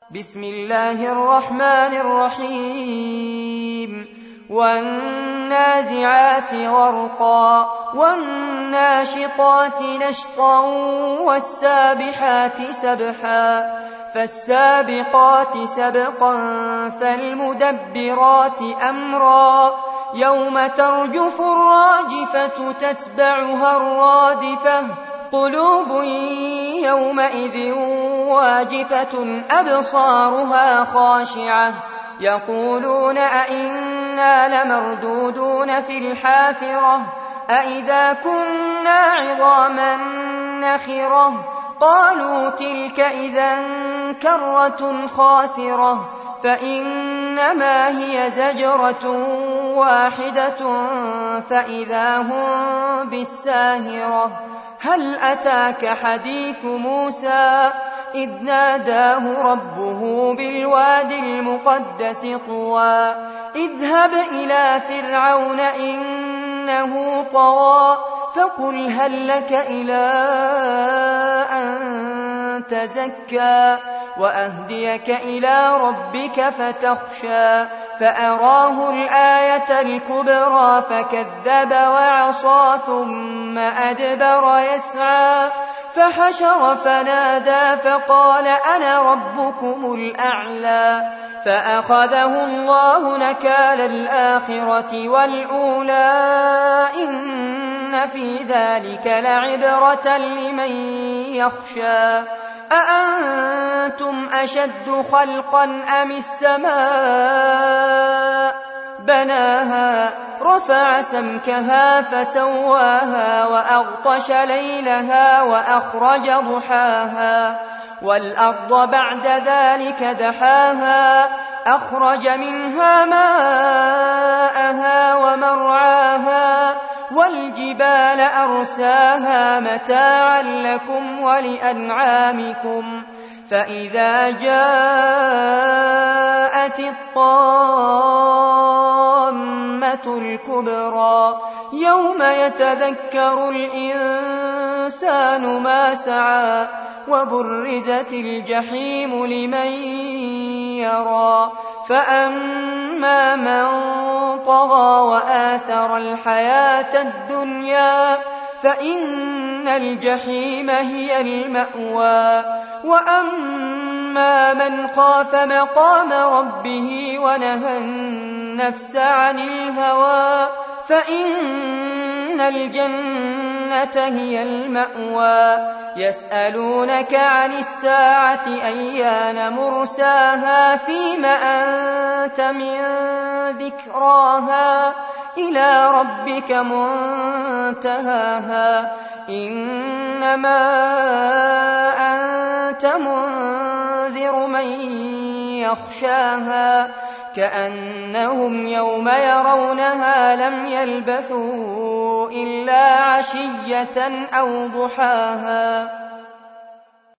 بسم الله الرحمن الرحيم والنازعات غرقا والناشطات نشطا والسابحات سبحا فالسابقات سبقا فالمدبرات أمرا يوم ترجف الراجفة تتبعها الرادفة قلوب يومئذ واجفة أبصارها خاشعة يقولون أئنا لمردودون في الحافرة أئذا كنا عظاما نخرة قالوا تلك إذا كرة خاسرة فإنما هي زجرة واحدة فإذا هم بالساهرة هل أتاك حديث موسى إذ ناداه ربه بالواد المقدس طوى اذهب إلى فرعون إنه طغى فقل هل لك إلى أن تزكى وأهديك إلى ربك فتخشى فأراه الآية الكبرى فكذب وعصى ثم أدبر يسعى فحشر فنادى فقال أنا ربكم الأعلى فأخذه الله نكال الآخرة والأولى إن في ذلك لعبرة لمن يخشى أأنتم أشد خلقا أم السماء بناها رفع سمكها فسواها وأغطش ليلها وأخرج ضحاها والأرض بعد ذلك دحاها أخرج منها ماءها ومرعاها والجبال أرساها متاعا لكم ولأنعامكم فإذا جاءت الطامة الكبرى يوم يتذكر الإنسان ما سعى وبرزت الجحيم لمن يرى فأما من طغى وآثر الحياة الدنيا فإن الجحيم هي المأوى وأما من خاف مقام ربه ونهى النفس عن الهوى فإن الجنة هي المأوى يسألونك عن الساعة أيان مرساها فيم أنت من ذكراها إلى ربك منتهاها إنما أنت منذر من يخشاها كأنهم يوم يرونها لم يلبثوا إلا عشية أو ضحاها